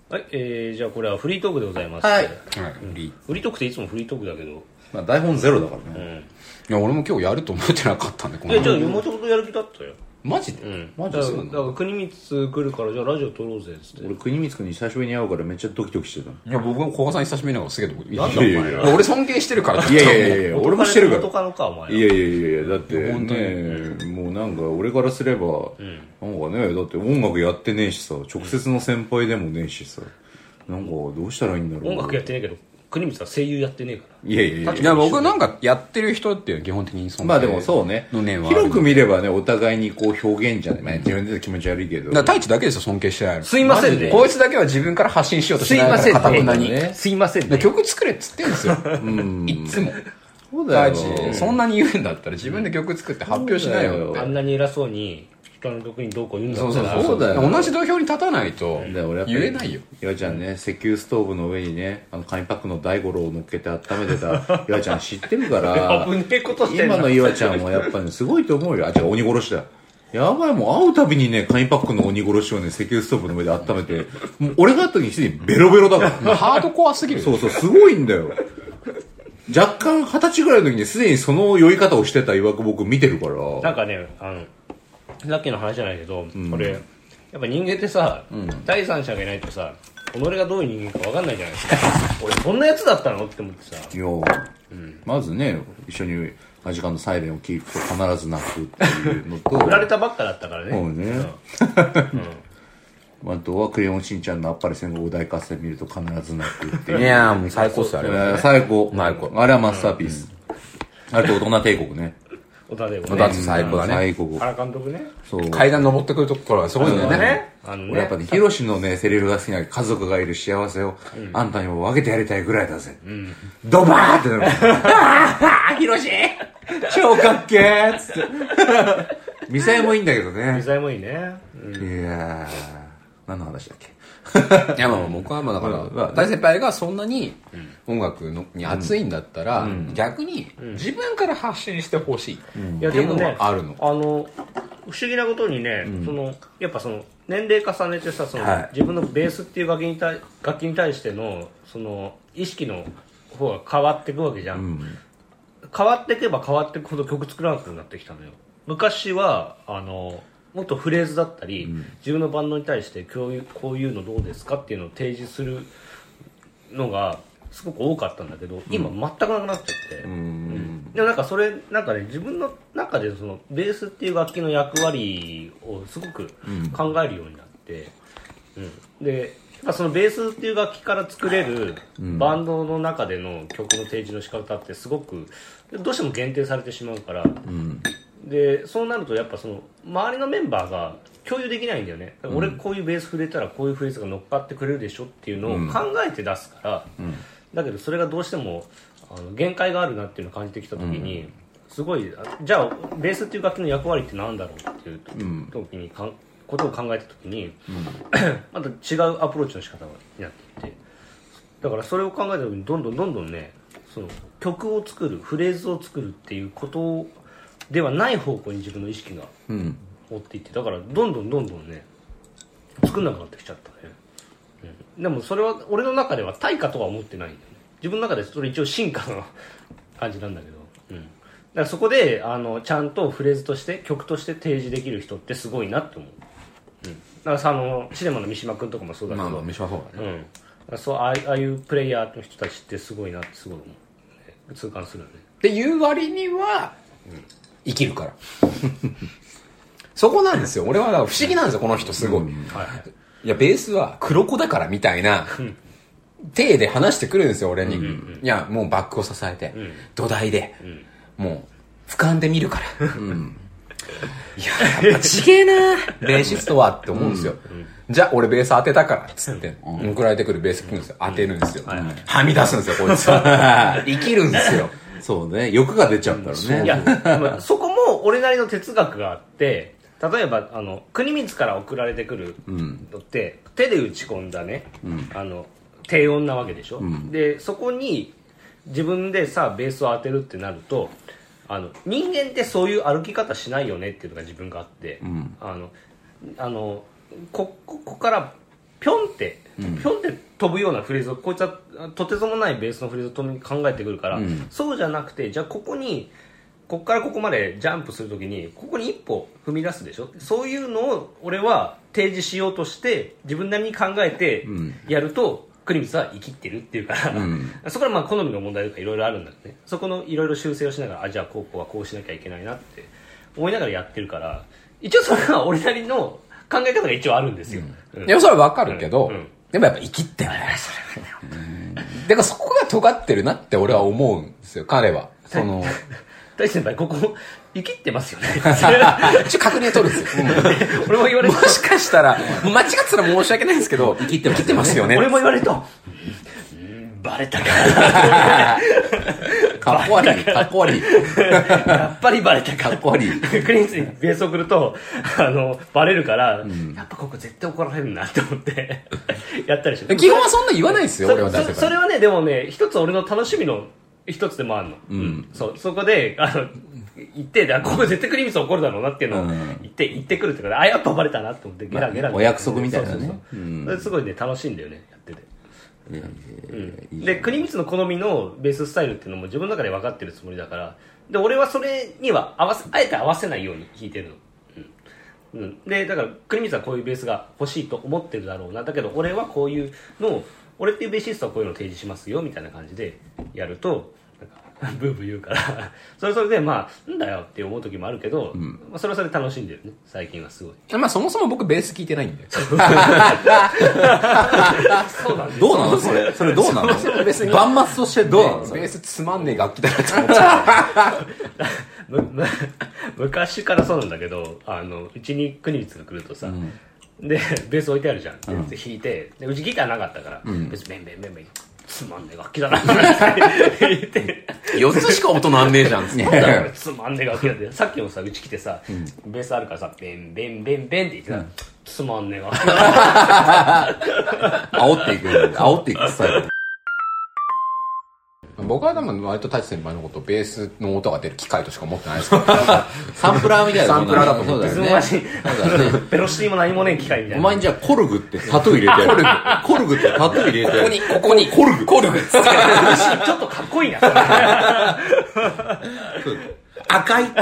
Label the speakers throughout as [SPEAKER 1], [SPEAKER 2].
[SPEAKER 1] はい、じゃあこれはフリートークでございます。
[SPEAKER 2] はい、
[SPEAKER 1] フリートークっていつもフリートークだけど、
[SPEAKER 2] まあ、台本ゼロだからね、
[SPEAKER 3] いや俺も今日やると思ってなかったんで。
[SPEAKER 1] いやじゃあもともとやる気だったよ。
[SPEAKER 3] マジで、マジでそうなんだ。
[SPEAKER 1] だから国光来るからじゃあラジオ撮ろうぜっつって。
[SPEAKER 2] 俺国光君に久しぶりに会うからめっちゃドキドキしてた。
[SPEAKER 3] いや僕も古賀さん久しぶりなのがすげえとこ
[SPEAKER 1] なんだお前ら。
[SPEAKER 3] 俺尊敬してるから。
[SPEAKER 2] いやいやいや俺もしてるから。
[SPEAKER 1] 元カノかお前ら。
[SPEAKER 2] いやだって
[SPEAKER 3] 本当に
[SPEAKER 2] ね、もうなんか俺からすれば、なんかね、だって音楽やってねえしさ、直接の先輩でもねえしさ、なんかどうしたらいいんだろう。
[SPEAKER 1] 音楽やってねえけど国光は声優やってねえから。
[SPEAKER 2] いや
[SPEAKER 3] いや僕なんかやってる人っていう基本的にそ
[SPEAKER 2] まあでもそうね、
[SPEAKER 3] の念はある。
[SPEAKER 2] 広く見ればね、お互いにこう表現じゃない、まあ自分で気持ち悪いけど、
[SPEAKER 3] だから太一だけですよ尊敬してないの。
[SPEAKER 1] すいませんね。
[SPEAKER 3] こいつだけは自分から発信しようとし
[SPEAKER 1] すい
[SPEAKER 3] ないから
[SPEAKER 1] ませんね。
[SPEAKER 3] 片なに。
[SPEAKER 1] すいませんね。
[SPEAKER 3] 曲作れっつってんですよ。いつも。
[SPEAKER 2] そうだよ。
[SPEAKER 3] 太一そんなに言うんだったら自分で曲作って発表しないよって。
[SPEAKER 1] あんなに偉そうに人の曲にどうこう言うんだったら。
[SPEAKER 2] そうだよ。
[SPEAKER 3] 同じ土俵に立たないと言えないよ。
[SPEAKER 2] 岩ちゃんね、石油ストーブの上にね、紙パックの大五郎を乗っけて温めてた岩ちゃん知ってるから
[SPEAKER 1] 危ねえことしてんな。
[SPEAKER 2] 今の岩ちゃんはやっぱねすごいと思うよ。あ、違う、鬼殺しだ。やばい、もう会うたびにね、紙パックの鬼殺しをね、石油ストーブの上で温めて、もう俺が会った時にすでにベロベロだから
[SPEAKER 3] ハードコアすぎる。
[SPEAKER 2] そうそう、すごいんだよ。若干20歳ぐらいの時にすでにその酔い方をしてた曰く僕見てるから。
[SPEAKER 1] なんかね、さっきの話じゃないけど、これやっぱ人間ってさ、第三者がいないとさ、己がどういう人間か分かんないじゃないですか。俺そんなやつだったのって思ってさ。
[SPEAKER 2] いや、まずね、一緒にアジカンのサイレンを聞くと必ず泣くっていうのと
[SPEAKER 1] 振られたばっかだったからね。
[SPEAKER 2] そうね。あとはクレヨンしんちゃんのあっぱれ戦国大合戦見ると必ず泣くっていう。
[SPEAKER 3] いやもう最高っすよあれは。
[SPEAKER 2] 最高。
[SPEAKER 3] 最高。
[SPEAKER 2] あれはマスターピース。あれと大人帝国ね。
[SPEAKER 1] 小田でも
[SPEAKER 3] だって最高だね。
[SPEAKER 2] 最高。
[SPEAKER 1] 原監督ね。
[SPEAKER 2] そう。
[SPEAKER 3] 階段登ってくるところがすごいんだよね。
[SPEAKER 2] 俺やっぱね、ヒロシのね、セリフが好きな家族がいる幸せを、あんたにも分けてやりたいぐらいだぜ。ドバーってなる。あーヒロシ超かっけーっつって。ミサイもいいんだけどね。
[SPEAKER 1] 実際もいいね。
[SPEAKER 2] いやー、何の話だっけ。
[SPEAKER 3] いや僕はだから大先輩がそんなに音楽に熱いんだったら逆に自分から発信してほしいっていうのはあるの。
[SPEAKER 1] 不思議なことにね、やっぱその年齢重ねてさ、自分のベースっていう楽器に対してのその意識の方が変わっていくわけじゃん。変わっていけば変わっていくほど曲作らなくなってきたのよ。昔はもっとフレーズだったり、自分のバンドに対してこういうのどうですかっていうのを提示するのがすごく多かったんだけど、今全くなくなっちゃって、でもなんかそれなんかね、自分の中でそのベースっていう楽器の役割をすごく考えるようになって、でやっぱそのベースっていう楽器から作れるバンドの中での曲の提示の仕方ってすごくどうしても限定されてしまうから、でそうなるとやっぱその周りのメンバーが共有できないんだよね。俺こういうベース触れたらこういうフレーズが乗っかってくれるでしょっていうのを考えて出すから、だけどそれがどうしても限界があるなっていうのを感じてきた時に、すごいじゃあベースっていう楽器の役割って何だろうっていう時にことを考えた時に、また違うアプローチの仕方になっていて、だからそれを考えた時にどんどんね、その曲を作るフレーズを作るっていうことではない方向に自分の意識が持っていって、だからどんどんね作んなくなってきちゃったね。でもそれは俺の中では対価とは思ってないんだよね。自分の中でそれ一応進化の感じなんだけど、だからそこでちゃんとフレーズとして曲として提示できる人ってすごいなって思う。だからさシネマの三島君とかもそうだけど、
[SPEAKER 3] 三島そうだね。
[SPEAKER 1] ああいうプレイヤーの人たちってすごいなってすごい思う、痛感するよね。
[SPEAKER 3] っていう割には生きるからそこなんですよ。俺は不思議なんですよこの人すごい。いやベースは黒子だからみたいな体で話してくるんですよ俺に。いやもうバックを支えて土台でもう俯瞰で見るからいややっぱちげえなベーシストはって思うんですよ。じゃあ俺ベース当てたからっつって送られてくるベース来るんですよ。当てるんですよ。はみ出すんですよこいつ生きるんですよ。
[SPEAKER 2] そうね、欲が出ちゃったらね。
[SPEAKER 1] いやでもそこも俺なりの哲学があって、例えば国光から送られてくるのって、手で打ち込んだね、低音なわけでしょ、でそこに自分でさベースを当てるってなると、人間ってそういう歩き方しないよねっていうのが自分があって、ここからぴょんって飛ぶようなフレーズをこいつはとてつもないベースのフレーズを考えてくるから、そうじゃなくてじゃあこっからここまでジャンプするときにここに一歩踏み出すでしょ。そういうのを俺は提示しようとして自分なりに考えてやると、国光は生きってるっていうから、そこはまあ好みの問題とかいろいろあるんだけどね、そこのいろいろ修正をしながらじゃあここはこうしなきゃいけないなって思いながらやってるから、一応それは俺なりの考え方が一応あるんですよ。
[SPEAKER 3] いやそれはわかるけど、でもやっぱ生きってるね。だからそこが尖ってるなって俺は思うんですよ、彼は。
[SPEAKER 1] 大先輩ここ生きってますよね。
[SPEAKER 3] 一応確認取るんですよ。
[SPEAKER 1] 俺も言われると、
[SPEAKER 3] もしかしたら間違ってたら申し訳ないんですけど、生きってますよね。
[SPEAKER 1] 俺も言われるとバレたか。
[SPEAKER 2] かっこ悪い。
[SPEAKER 1] やっぱりバレたか。
[SPEAKER 2] かっこ悪い。
[SPEAKER 1] クリンスにベース送るとバレるから、やっぱここ絶対怒られるなって思ってやったりして。
[SPEAKER 3] 基本はそんな言わないですよ、俺は。
[SPEAKER 1] それはね、でもね、一つ俺の楽しみの一つでもあるの。そこで行ってここ絶対クリミス怒るだろうなっていうのを言ってくるっていうか、やっぱバレたなって思ってゲラゲラ、
[SPEAKER 2] お約束みたいなね。
[SPEAKER 1] それすごいね楽しいんだよね、やってて。で国光の好みのベーススタイルっていうのも自分の中で分かってるつもりだから、で俺はそれにはあえて合わせないように弾いてるの。でだから国光はこういうベースが欲しいと思ってるだろうな、だけど俺はこういうのを、俺っていうベーシストはこういうのを提示しますよみたいな感じでやるとなんかブーブー言うからそれでまあなんだよって思う時もあるけど、それはそれで楽しんでるね、最近はすごい。
[SPEAKER 3] まあそもそも僕ベース聞いてないんで。
[SPEAKER 1] そうなん
[SPEAKER 2] どうなのそれどうなの。
[SPEAKER 3] 別に
[SPEAKER 2] 万末としてどうなの。
[SPEAKER 3] ベースつまんねえ楽器だなと思っちゃう。
[SPEAKER 1] 昔からそうなんだけど、うちに国光が来るとさ、でベース置いてあるじゃん、弾いて、でうちギターなかったから、ベースベンベンベンベンつまんねえ楽器だなって言って
[SPEAKER 3] 4つしか音なんねえじゃん。
[SPEAKER 1] つまんねえ楽器だって。さっきもさうち来てさ、ベースあるからさベンベンベンベンって言ってたら、つまんねえ楽器だな
[SPEAKER 2] 煽っていくスタイル。
[SPEAKER 3] 僕はでも割と太一先輩のことベースの音が出る機械としか思ってないですから
[SPEAKER 2] サンプラーみたいな。
[SPEAKER 3] サンプラーだと思って
[SPEAKER 1] るね。ベロシティも何もねえ機械みたいな。
[SPEAKER 2] お前にじゃあコルグってタトゥー入れてやる。コルグってタトゥー入れてやる。
[SPEAKER 3] ここにコルグ
[SPEAKER 1] ちょっとかっこいいな。
[SPEAKER 2] 赤いって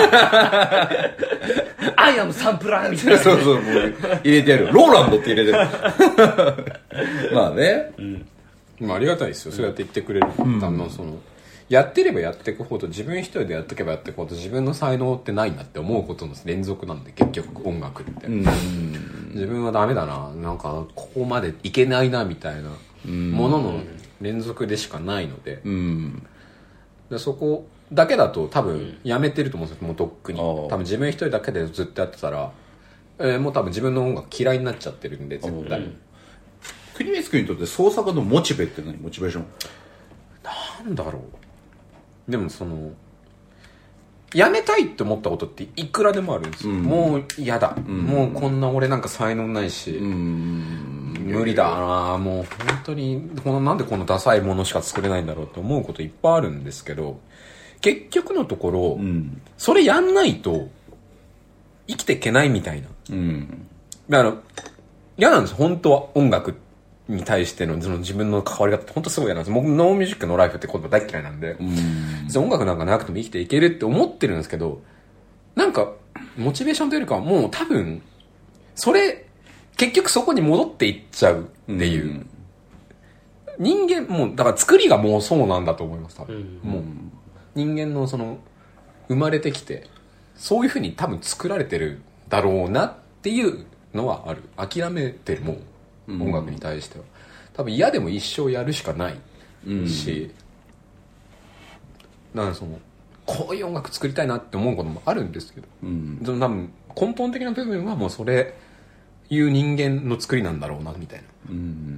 [SPEAKER 1] アイアムサンプラーみたいな。
[SPEAKER 2] そうもう入れてやる。ローランドって入れてる。まあね。
[SPEAKER 3] まあ、ありがたいですよ、そうやって言ってくれる。やってればやっていくほど、自分一人でやっていけばやっていくほど、自分の才能ってないなって思うことの連続なんで、結局音楽って。自分はダメだな、なんかここまでいけないなみたいなものの連続でしかないので、でそこだけだと多分やめてると思うんですよ、もうとっくに。多分自分一人だけでずっとやってたら、もう多分自分の音楽嫌いになっちゃってるんで、絶対。
[SPEAKER 2] 国光君にとって創作のモチベって何？モチベーション
[SPEAKER 3] なんだろう。でもやめたいって思ったことっていくらでもあるんですよ。もう嫌だ、もうこんな俺なんか才能ないし、無理だな、もう本当になんでこのダサいものしか作れないんだろうって思うこといっぱいあるんですけど、結局のところ、それやんないと生きていけないみたいな、だから嫌なんです本当は。音楽に対してのその自分の関わり方って本当すごい嫌なんです。僕ノーミュージックノーライフって言葉大嫌いなんで、音楽なんかなくても生きていけるって思ってるんですけど、なんかモチベーションというよりかはもう多分それ結局そこに戻っていっちゃうっていう、人間もうだから作りがもうそうなんだと思います。多分、もう人間の生まれてきてそういう風に多分作られてるだろうなっていうのはある。諦めてるもう音楽に対しては多分嫌でも一生やるしかないし、だからこういう音楽作りたいなって思うこともあるんですけど、多分根本的な部分はもうそれいう人間の作りなんだろうなみたいな。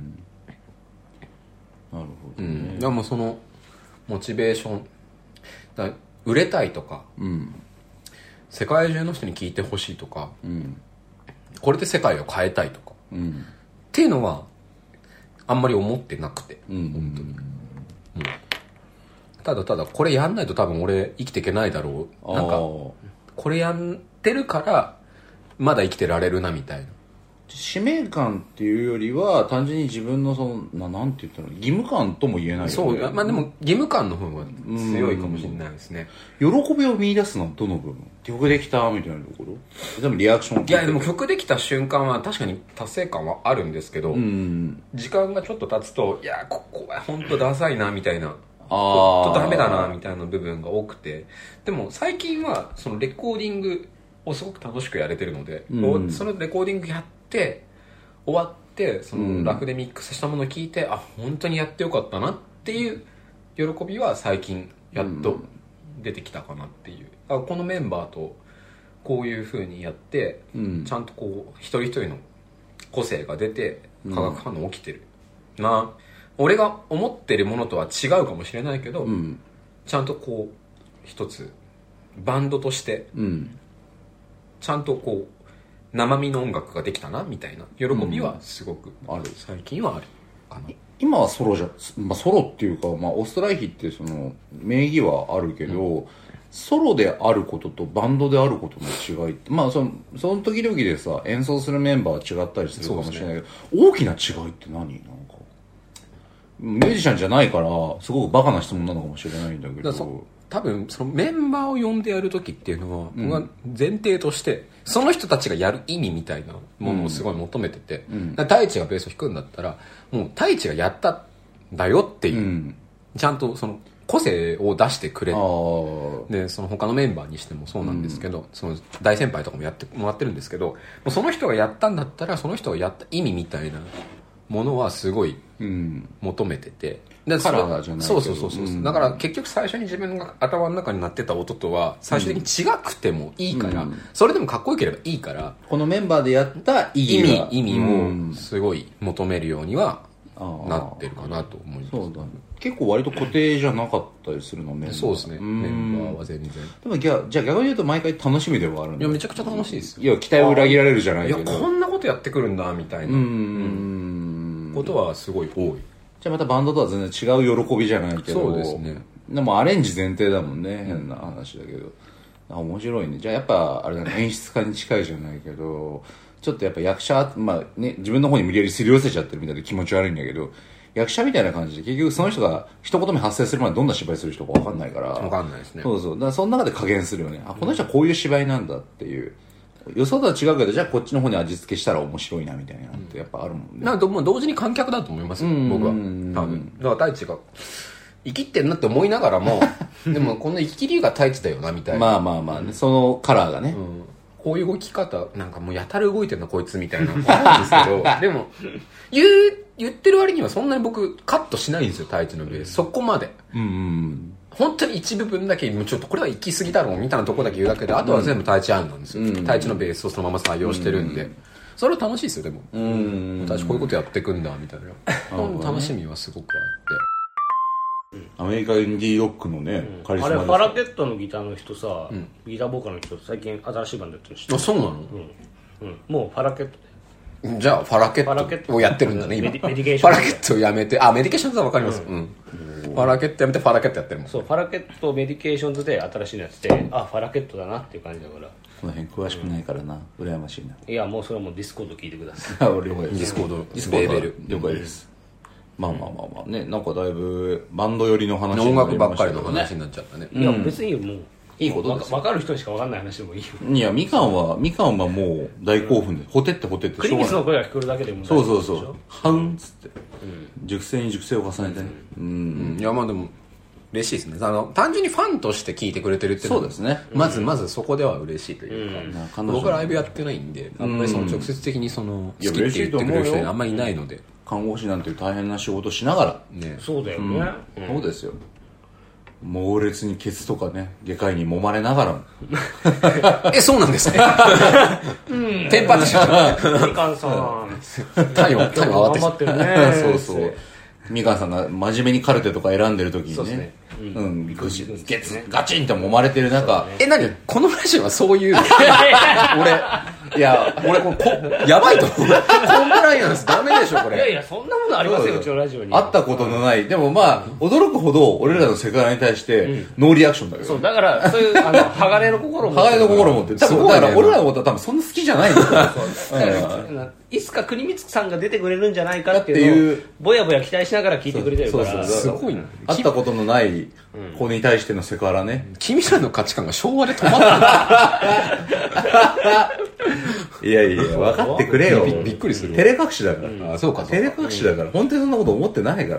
[SPEAKER 2] なるほど、ね。
[SPEAKER 3] でもそのモチベーションだから売れたいとか、世界中の人に聞いてほしいとか、これで世界を変えたいとか、っていうのはあんまり思ってなくて、本当に、ただただこれやんないと多分俺生きていけないだろう、なんかこれやってるからまだ生きてられるなみたいな。
[SPEAKER 2] 使命感っていうよりは単純に自分のそのなんて言ったの義務感とも言えないよね。
[SPEAKER 3] そう、でも義務感の方が強いかもしれないですね。
[SPEAKER 2] 喜びを見出すのはどの部分？曲できたみたいなところ？でもリアクション。
[SPEAKER 3] いやでも曲できた瞬間は確かに達成感はあるんですけど、時間がちょっと経つといやここは本当ダサいなみたいな、ちょっとダメだなみたいな部分が多くて、でも最近はそのレコーディングをすごく楽しくやれてるので、そのレコーディングやって終わってそのラフでミックスしたものを聞いて、あ本当にやってよかったなっていう喜びは最近やっと出てきたかなっていう、このメンバーとこういう風にやって、ちゃんとこう一人一人の個性が出て化学反応起きてるな、俺が思ってるものとは違うかもしれないけど、ちゃんとこう一つバンドとして、ちゃんとこう生身の音楽ができたなみたいな喜びはすごくある、最近はあるかな。
[SPEAKER 2] 今はソロソロっていうか、オストライヒってその名義はあるけど、ソロであることとバンドであることの違いって、その時々でさ演奏するメンバーは違ったりするかもしれないけど、大きな違いって何？なんかミュージシャンじゃないからすごくバカな質問なのかもしれないんだけど、
[SPEAKER 3] 多分そのメンバーを呼んでやる時っていうのは、僕は前提としてその人たちがやる意味みたいなものをすごい求めてて、太一がベースを弾くんだったらもう太一がやったんだよっていう、ちゃんとその個性を出してくれで、その他のメンバーにしてもそうなんですけど、その大先輩とかもやってもらってるんですけど、もうその人がやったんだったらその人がやった意味みたいなものはすごい求めてて、
[SPEAKER 2] カラーじゃないけど、
[SPEAKER 3] そうだから結局最初に自分が頭の中になってた音とは最終的に違くてもいいから、それでもかっこよければいいから、
[SPEAKER 2] このメンバーでやった意
[SPEAKER 3] 味をすごい求めるようにはなってるかなと思います。
[SPEAKER 2] そうだね、結構割と固定じゃなかったりするのメンバー。
[SPEAKER 3] そうですね、メンバーは全然。
[SPEAKER 2] でもじゃあ逆に言うと毎回楽しみではあるんだ。
[SPEAKER 3] いやめちゃくちゃ楽しいですよ。
[SPEAKER 2] いや期待を裏切られるじゃないけど、
[SPEAKER 3] いやこんなことやってくるんだみたいなことはすごい多い。
[SPEAKER 2] じゃあまたバンドとは全然違う喜びじゃないけど、
[SPEAKER 3] そうですね。
[SPEAKER 2] でもアレンジ前提だもんね、変な話だけど。面白いね。じゃあやっぱあれだね、演出家に近いじゃないけど、ちょっとやっぱ役者、自分の方に無理やりすり寄せちゃってるみたいで気持ち悪いんだけど、役者みたいな感じで結局その人が一言目発生するまでどんな芝居する人か分かんないから。
[SPEAKER 3] 分かんないですね。
[SPEAKER 2] そう。だからその中で加減するよね。この人はこういう芝居なんだっていう。予想とは違うけど、じゃあこっちの方に味付けしたら面白いなみたいなのってやっぱあるもんね。
[SPEAKER 3] なんかもう同時に観客だと思いますよ、僕は。多分。だから太一が生きってんなって思いながらも、でもこの生きりが太一だよなみたいな。
[SPEAKER 2] ね、そのカラーがね。
[SPEAKER 3] こういう動き方、なんかもうやたら動いてんなこいつみたいな思うんですけど、でも言ってる割にはそんなに僕カットしないんですよ、太一のベース。そこまで。本当に一部分だけ、ちょっとこれは行き過ぎだろうみたいなとこだけ言うだけで、あとは全部太一案なんですよ。太一のベースをそのまま採用してるんで。それは楽しいですよ、でも。私こういうことやってくんだ、みたいな。楽しみはすごくあって。
[SPEAKER 2] アメリカインディーロックのね、カリスマです。
[SPEAKER 1] あれ、ファラケットのギターの人さ、ギターボーカルの人、最近新しいバンドやってるし。
[SPEAKER 3] あ、そうなの？
[SPEAKER 1] もうファラケットで。
[SPEAKER 3] じゃあファラケットをやってるんだね、今。
[SPEAKER 1] メディケーシ
[SPEAKER 3] ョン。ファラケットをやめて、メディケーションズはわかります。ファラケットやめてファラケットやってるもん。
[SPEAKER 1] そう、ファラケットメディケーションズで新しいのやつで、ファラケットだなっていう感じだから。
[SPEAKER 2] この辺詳しくないからな、羨ましいな。
[SPEAKER 1] いや、もうそれはもうディスコード聞いてください。
[SPEAKER 2] 了解です。
[SPEAKER 3] ディスコードレーベル。
[SPEAKER 2] 了解です。ね、なんかだいぶバンド寄りの話
[SPEAKER 3] になりましたね。音楽ばっかりの話になっちゃったね。
[SPEAKER 1] いや、別にもう、
[SPEAKER 2] いいことです。
[SPEAKER 1] 分かる人にしか分かんない話でもいいよ。
[SPEAKER 2] いや、みかんはもう大興奮で、ほてって
[SPEAKER 1] クリスの声が聞こえるだけでも
[SPEAKER 2] そう。はんっつって。熟成に熟成を重ねてね。
[SPEAKER 3] いや、でも、嬉しいですね。単純にファンとして聞いてくれてるっていうのは。
[SPEAKER 2] そうですね。
[SPEAKER 3] まずそこでは嬉しいというか。僕はライブやってないんで、あんまりその直接的にその、好きって言ってくれる人あんまりいないので。
[SPEAKER 2] 看護師なんていう大変な仕事しながら。
[SPEAKER 3] ね。
[SPEAKER 1] そうだよね。
[SPEAKER 2] そうですよ。猛烈にケツとかね、外科医に揉まれながらも。
[SPEAKER 3] そうなんですね。テンパってしまう。
[SPEAKER 1] みかんさん。
[SPEAKER 3] タイム慌て
[SPEAKER 1] 頑張ってるね。
[SPEAKER 2] そう。みかんさんが真面目にカルテとか選んでる時にね。ガチンって揉まれてる中。
[SPEAKER 3] 何このラジオはそういう俺いや、俺やばいと思う。コンプライアンスダメでしょ、これ。
[SPEAKER 1] いやいや、そんなものありますよ、うちのラジオに。
[SPEAKER 2] 会ったことのない。でもまあ、驚くほど俺らのセクハラに対して、ノーリアクションだよ。
[SPEAKER 1] そう、だから、そういう、鋼の心を持って。
[SPEAKER 2] 鋼の心を持って。多分、だから俺らのことは多分そんな好きじゃないんだよ。
[SPEAKER 1] いつか国光さんが出てくれるんじゃないかっていうのを、ぼやぼや期待しながら聞いてくれてるから。
[SPEAKER 3] すごいな。
[SPEAKER 2] 会ったことのない子に対してのセクハラね。
[SPEAKER 3] 君らの価値観が昭和で止まって
[SPEAKER 2] る。いやいや、分かってくれよ。
[SPEAKER 3] びっくりする。
[SPEAKER 2] 照れ隠しだから。
[SPEAKER 3] そうか。
[SPEAKER 2] 照れ隠しだから。本当にそんなこと思ってないから。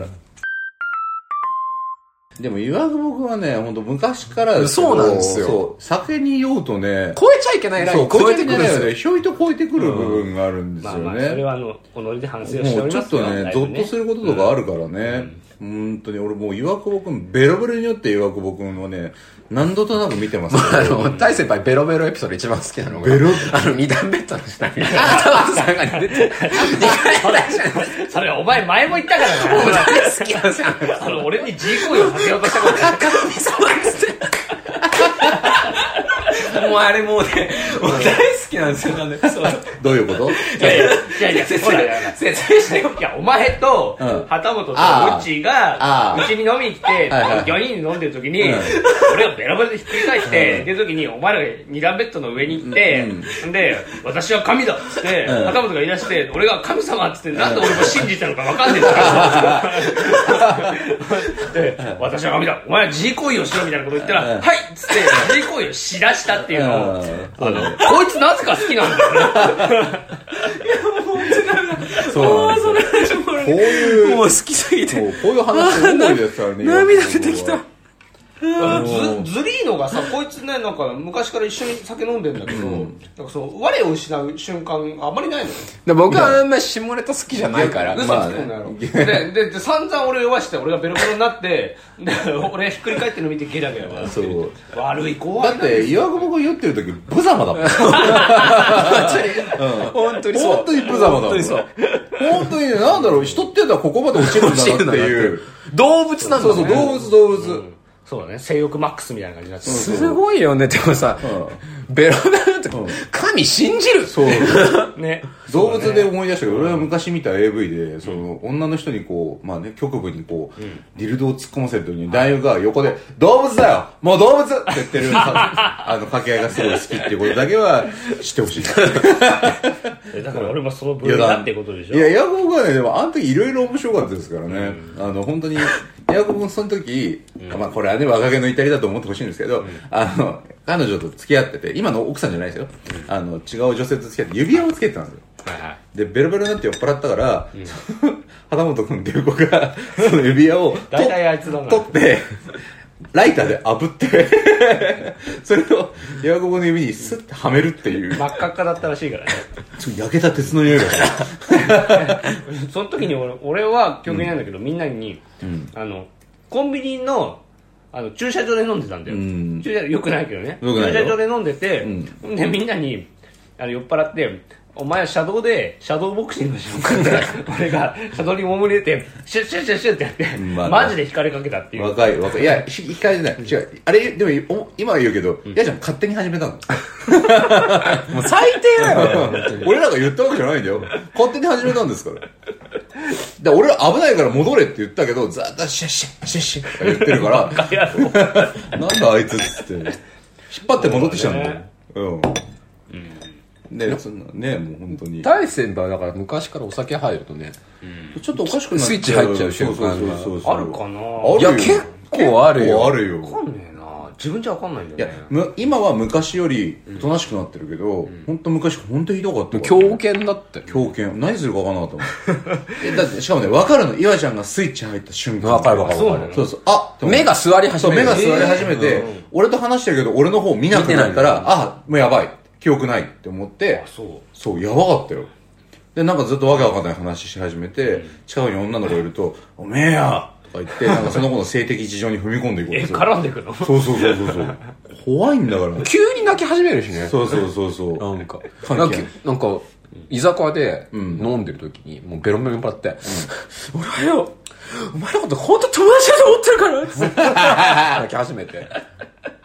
[SPEAKER 2] でも岩久保君はね、本当昔から
[SPEAKER 3] そうなんですよ。
[SPEAKER 2] そう。酒に酔うとね、
[SPEAKER 3] 超えちゃいけないライン超えてくるんですよ。
[SPEAKER 2] ひょいと超えてくる部分があるんですよね。
[SPEAKER 1] まあそれは己で反省をしております
[SPEAKER 2] よ。もうちょっとね、ゾッとすることとかあるからね。本当に俺もう岩久保君、ベロベロによって岩久保君をね、何度となく見てますけど。
[SPEAKER 3] 大先輩ベロベロエピソード一番好きなのが、二段ベッドの下に、田本さんが出て、
[SPEAKER 1] それお前前も言ったからな。
[SPEAKER 3] 大好きなんですよ。
[SPEAKER 1] 俺に G 行為をさせようとしたことない。
[SPEAKER 3] そうなんですね。もうあれもうね、もう大好きなんですよ。
[SPEAKER 2] どういうこと？
[SPEAKER 1] いや説明してよ。いや、お前と、旗本とうっちーが、うちに飲みに来て、4人で飲んでる時に、俺がベラベラでひっくり返して、で時に、お前らが二段ベッドの上に行って、で、私は神だっつって、旗本が言い出して、俺が神様っつって、なんで俺も信じたのか分かんねえんだからで、私は神だ、お前は G 行為をしろみたいなこと言ったら、はいっつって G 行為をしだしたっていうのを、こいつなぜか好きなんだよね。いや、もう本当だな。
[SPEAKER 2] そうそれこういう
[SPEAKER 3] もう好きすぎて、
[SPEAKER 2] こういう話多いですからね。
[SPEAKER 3] 涙出てきた。
[SPEAKER 1] ズリーノがさ、こいつね、なんか昔から一緒に酒飲んでんだけど、なんかそう我を失う瞬間あんまりないのよ。
[SPEAKER 3] で僕はあんまり下ネタ好きじゃないから。
[SPEAKER 1] 嘘つくんだよ。で散々俺を酔わして、俺がベロベロになって、で俺ひっくり返ってるの見てゲラゲラ笑って。そう。悪い子
[SPEAKER 2] だって岩久保が酔ってる時無様だもん。
[SPEAKER 3] 本当にそう。
[SPEAKER 2] 本当に無様だもん。本当にそう。本当になんだろう、人っていうのはここまで落ちるんだなっていう。
[SPEAKER 3] 動物なんだね。
[SPEAKER 2] そうそう、動物。
[SPEAKER 1] そうだね、性欲マックスみたいな感じになってる。
[SPEAKER 3] すごいよね。でもさ、ベロベロって神信じる。
[SPEAKER 2] そうね。動物で思い出したけど、俺は昔見た AV で、その女の人にこう、まあね、局部にこう、ディルドを突っ込ませる時に男優が横で動物だよ、もう動物って言ってる掛け合いがすごい好きっていうことだけは知ってほしい。
[SPEAKER 1] だから俺もその部類だってことでしょ。
[SPEAKER 2] いや、ヤコブはね、でもあの時いろいろ面白かったですからね。本当にヤコブもその時、まあこれはね、若気の至りだと思ってほしいんですけど、彼女と付き合ってて、今の奥さんじゃないですよ。違う女性と付き合って指輪をつけてたんですよ。で、ベロベロになって酔っ払ったから、旗本君っていう子が、その指輪を
[SPEAKER 1] 大体あいつだな
[SPEAKER 2] 取って、ライターで炙って、それをヤコブの指にスッてはめるっていう。
[SPEAKER 1] 真っ赤っかだったらしいからね。
[SPEAKER 2] 焼けた鉄の匂いがした。
[SPEAKER 1] その時に俺は記憶にないんだけど、みんなに、コンビニの駐車場で飲んでたんだよ。駐車場よくないけどね。駐車場で飲んでて、でみんなに酔っ払って、お前はシャドーボクシングしようかって俺がシャドーにもむれてシュッシュッシュッシュッってやって、マジで惹かれかけたっていう。
[SPEAKER 2] 若いいや、惹かれてない。違う、あれでも今は言うけど、やじゃん勝手に始めたの。もう
[SPEAKER 3] 最低だよ。
[SPEAKER 2] 俺らが言ったわけじゃないんだよ。勝手に始めたんですから。で俺は危ないから戻れって言ったけど、ずっとシュッシュッシュッシュッって言ってるからなんだあいつっつって引っ張って戻ってきたんだよ。ね、そんなね、もう本当に
[SPEAKER 3] 大先輩はだから昔からお酒入るとね、
[SPEAKER 2] ちょっとおかしくなっちゃう、
[SPEAKER 3] スイッチ入っちゃう瞬間
[SPEAKER 1] があるかな。
[SPEAKER 3] いや結構あるよ。
[SPEAKER 1] 分かんねえな、自分じゃ分かんないんだよね。
[SPEAKER 2] いや今は昔よりおとなしくなってるけど、本当昔本当ひどかった。
[SPEAKER 3] 狂犬だって。
[SPEAKER 2] 狂犬何するか分かんなかったもん。だってしかもね、分かるの、岩ちゃんがスイッチ入った瞬間。
[SPEAKER 3] 分かる。
[SPEAKER 2] そうそう、あ
[SPEAKER 3] 目が座り始めて、
[SPEAKER 2] 目が座り始めて、俺と話してるけど俺の方見なくなったら、あ、もうやばい、記憶ないって思って、そうやばかったよ。でなんかずっとわけわかんない話し始めて、近くに女の子いると「おめえや!」とか言って、なんかその子の性的事情に踏み込んでいこうとする。
[SPEAKER 1] 絡んでいくの。
[SPEAKER 2] そう怖いんだから。
[SPEAKER 3] 急に泣き始めるしね。
[SPEAKER 2] そう
[SPEAKER 3] なんか居酒屋で飲んでる時にもうベロベロに酔っ払って「俺はよ、お前のこと本当友達だと思ってるから」って泣き始めて。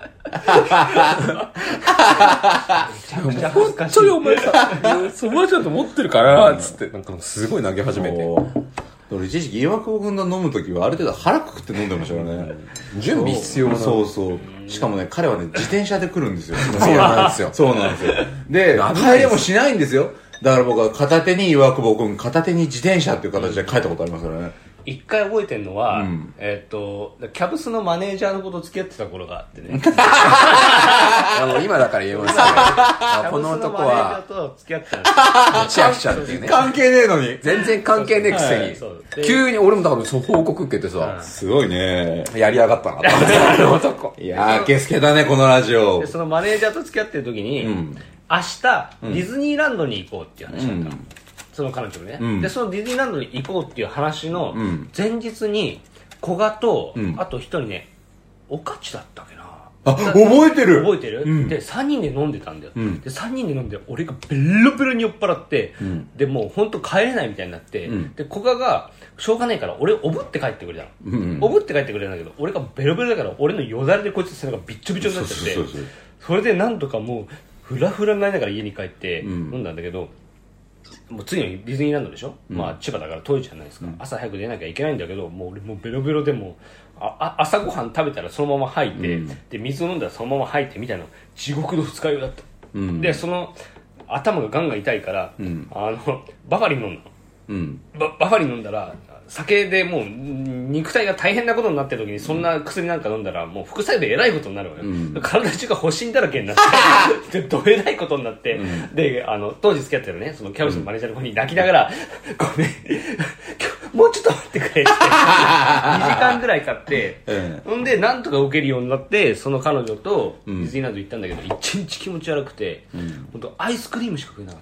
[SPEAKER 3] 本当にお前さ、そばちゃんと持ってるからつってなんかすごい投げ始めて。
[SPEAKER 2] 俺一時期岩久保君と飲むときはある程度腹くくって飲んでましたからね。
[SPEAKER 3] 準備必要な。
[SPEAKER 2] そうそう。しかもね、彼はね、自転車で来るんですよ。
[SPEAKER 3] そうなんですよ。
[SPEAKER 2] そうなんですよ。で、帰りもしないんですよ。だから僕は片手に岩久保君、片手に自転車っていう形で帰ったことありますからね。
[SPEAKER 1] 一回覚えてるのは、キャブスのマネージャーの子と付き合ってた頃があってね。
[SPEAKER 3] 今だから言えますけど、この男は、
[SPEAKER 1] と付き合ってたんです
[SPEAKER 3] 千秋ちゃんっていうね。
[SPEAKER 2] 関係ねえのに。
[SPEAKER 3] 全然関係ねえくせに。急に、俺もだから報告受けてさ、
[SPEAKER 2] すごいね。
[SPEAKER 3] やりやがったな、あの男。
[SPEAKER 2] いやー、けすけだね、このラジオ。
[SPEAKER 1] で、そのマネージャーと付き合ってる時に、明日、ディズニーランドに行こうっていう話だったの。その彼女ね、でそのディズニーランドに行こうっていう話の前日に古賀と、あと一人ねおかちだったっけな
[SPEAKER 2] あ覚えてる
[SPEAKER 1] で3人で飲んでたんだよ、で3人で飲んで俺がベロベロに酔っ払って、でもう本当帰れないみたいになって、で古賀がしょうがないから俺をおぶって帰ってくれたの、おぶって帰ってくれたんだけど俺がベロベロだから俺のよだれでこいつ背中びっちょびちょになっちゃって、それでなんとかもうフラフラになりながら家に帰って飲んだんだけど、もう次の日ディズニーランドでしょ、まあ千葉だから遠いじゃないですか、朝早く出なきゃいけないんだけど、もう俺もうベロベロでも朝ごはん食べたらそのまま吐いて、で水を飲んだらそのまま吐いてみたいな地獄の二日酔いだった、でその頭がガンガン痛いから、バファリン飲んだの、バファリン飲んだら酒でもう肉体が大変なことになってる時にそんな薬なんか飲んだらもう副作用でえらいことになるわよ、体中が発疹だらけになってでどえらいことになって、で当時付き合ってるねそのキャブスのマネージャーの子に泣きながら「ごめんもうちょっと待ってくれ」って2時間ぐらい経って、んでなんとか受けるようになってその彼女とディズニーランド行ったんだけど、一日気持ち悪くて、本当アイスクリームしか食えなかった。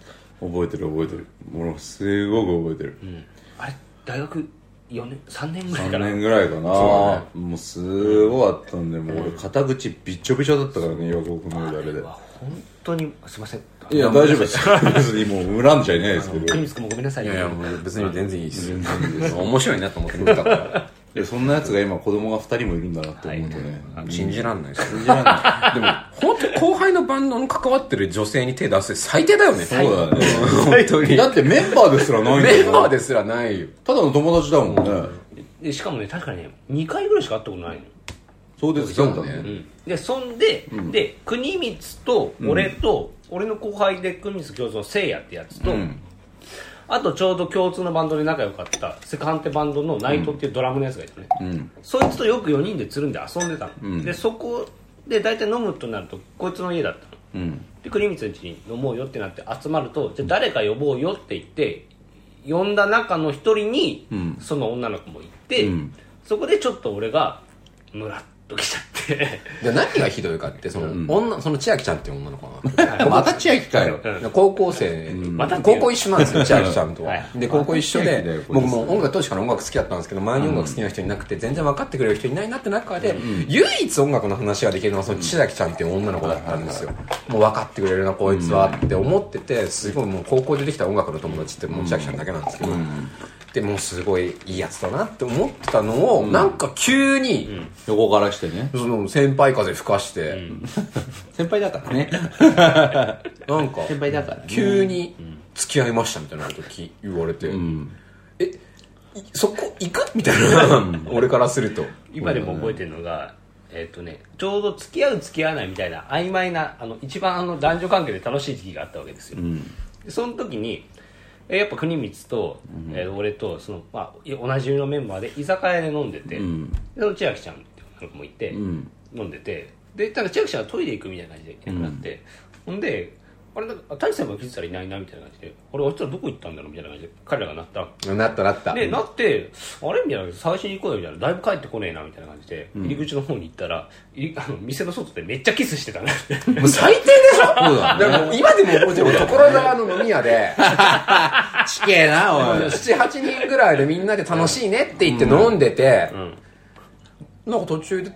[SPEAKER 2] 覚えてるもうすごく覚えてる、
[SPEAKER 1] あれ大学4年3年ぐらいかな
[SPEAKER 2] 3年ぐらいかな、もうすごかったんで、もう俺肩口びっちょびちょだったからね、岩久保君のあれで。
[SPEAKER 1] 本当にすいません。
[SPEAKER 2] いや大丈夫です別にもう恨んじゃいないですけど、
[SPEAKER 1] クミス君もごめんなさい。
[SPEAKER 3] いやもう別に全然いいです面白いなと思って見たから
[SPEAKER 2] そんなやつが今子供が2人もいるんだなって思うとね、
[SPEAKER 3] 信じらんないです。信じらんないでも本当後輩のバンドに関わってる女性に手出す最低だよね。
[SPEAKER 2] そうだね
[SPEAKER 3] 本当に。
[SPEAKER 2] だってメンバーですらないんだよ。
[SPEAKER 3] メンバーですらないよ。
[SPEAKER 2] ただの友達だもんね、
[SPEAKER 1] でしかもね確かにね2回ぐらいしか会ったことないの。
[SPEAKER 2] そうですよね、
[SPEAKER 1] でそんで、で国光と俺と、俺の後輩で国光共通のせいやってやつと、あとちょうど共通のバンドで仲良かったセカンテバンドのナイトっていうドラムのやつがいたね、そいつとよく4人でつるんで遊んでたの、でそこで大体飲むとなるとこいつの家だったの、で国光の家に飲もうよってなって集まると、じゃあ誰か呼ぼうよって言って呼んだ中の一人に、その女の子も行って、そこでちょっと俺がムラッときちゃって
[SPEAKER 3] で何がひどいかってその千秋ちゃんっていう女の子
[SPEAKER 2] がまた千秋かよ、
[SPEAKER 3] 高校生、高校一緒なんですよ千秋ちゃんとは、で高校一緒で僕も音楽当時から音楽好きだったんですけど、周りに音楽好きな人いなくて全然分かってくれる人いないなって中で、唯一音楽の話ができるのはその千秋ちゃんっていう女の子だったんですよ。もう分かってくれるなこいつはって思ってて、すごいもう高校でできた音楽の友達ってもう千秋ちゃんだけなんですけど、でもうすごいいいやつだなって思ってたのを、なんか急に
[SPEAKER 2] 横からしてね、
[SPEAKER 3] その先輩風吹かして、
[SPEAKER 2] 先輩だからね
[SPEAKER 3] なんか
[SPEAKER 2] 先輩だからね、
[SPEAKER 3] 急に付き合いましたみたいなこと言われて、そこ行くみたいな俺からすると
[SPEAKER 1] 今でも覚えてるのが、ちょうど付き合う付き合わないみたいな曖昧な一番男女関係で楽しい時期があったわけですよ、でその時にやっぱ国光と、俺とその、同じのメンバーで居酒屋で飲んでて、でその千秋ちゃんって女の子もいて、飲んでて、でただ千秋ちゃんがトイレ行くみたいな感じでいなくなって、ほんであれなんか大地さんが気づいたらいないなみたいな感じで、あいつらどこ行ったんだろうみたいな感じで彼らがなったでなって、あれみたいな、探しに行こうよみたいな、だいぶ帰ってこねえなみたいな感じで、入り口の方に行ったら店の外でめっちゃキスしてたね
[SPEAKER 3] もう最低でしょそうだ、ね、も今でも覚えてる所沢の飲み屋で
[SPEAKER 2] ちけえなおい
[SPEAKER 3] 7,8 人ぐらいでみんなで楽しいねって言って飲んでて、なんか途中で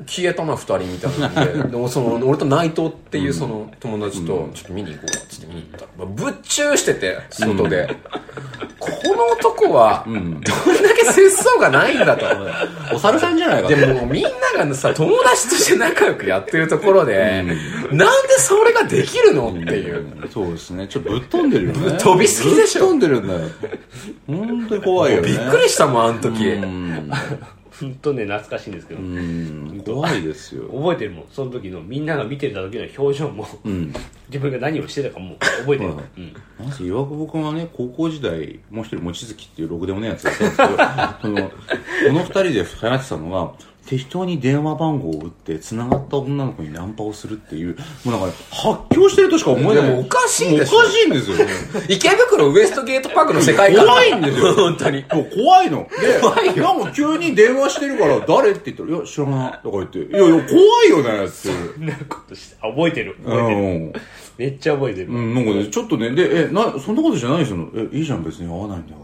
[SPEAKER 3] 消えたな2人みたいなんででも俺と内藤っていうその友達とちょっと見に行こうっつって見に行ったらぶっちゅうしてて外で、この男はどんだけ節操がないんだと、
[SPEAKER 2] お猿さんじゃないか。
[SPEAKER 3] でもみんながさ友達として仲良くやってるところで、なんでそれができるのっていう、
[SPEAKER 2] そうですね、ちょっとぶっ飛んでるよね。
[SPEAKER 3] ぶっ飛びすぎでしょ。
[SPEAKER 2] ぶっ飛んでるんだよ。本当に怖いよね。
[SPEAKER 3] びっくりしたもんあの時。
[SPEAKER 1] 本当ね懐かしいんですけど、
[SPEAKER 2] 怖いですよ。
[SPEAKER 1] 覚えてるもん、その時のみんなが見てた時の表情も、自分が何をしてたかも覚えてる。
[SPEAKER 2] まず岩久保君はね、高校時代もう一人望月っていうろくでもねえやつがいたんですけどこの二人で流行ってたのが、適当に電話番号を打って繋がった女の子にナンパをするっていう、もうなんか、ね、発狂してるとしか思えない。
[SPEAKER 3] でもおかしいでしょ。
[SPEAKER 2] おかしいんですよ
[SPEAKER 3] 池袋ウエストゲートパークの世界観
[SPEAKER 2] 怖いんですよ
[SPEAKER 3] 本当に
[SPEAKER 2] もう怖いので、怖いよ。なんか急に電話してるから誰って言ったら、いや知らないとか言って、いやいや怖いよねって。
[SPEAKER 1] そんなことして覚えてるめっちゃ覚えてる。
[SPEAKER 2] なんかね、ちょっとね、で、そんなことじゃないですよ。いいじゃん、別に会わないんだから。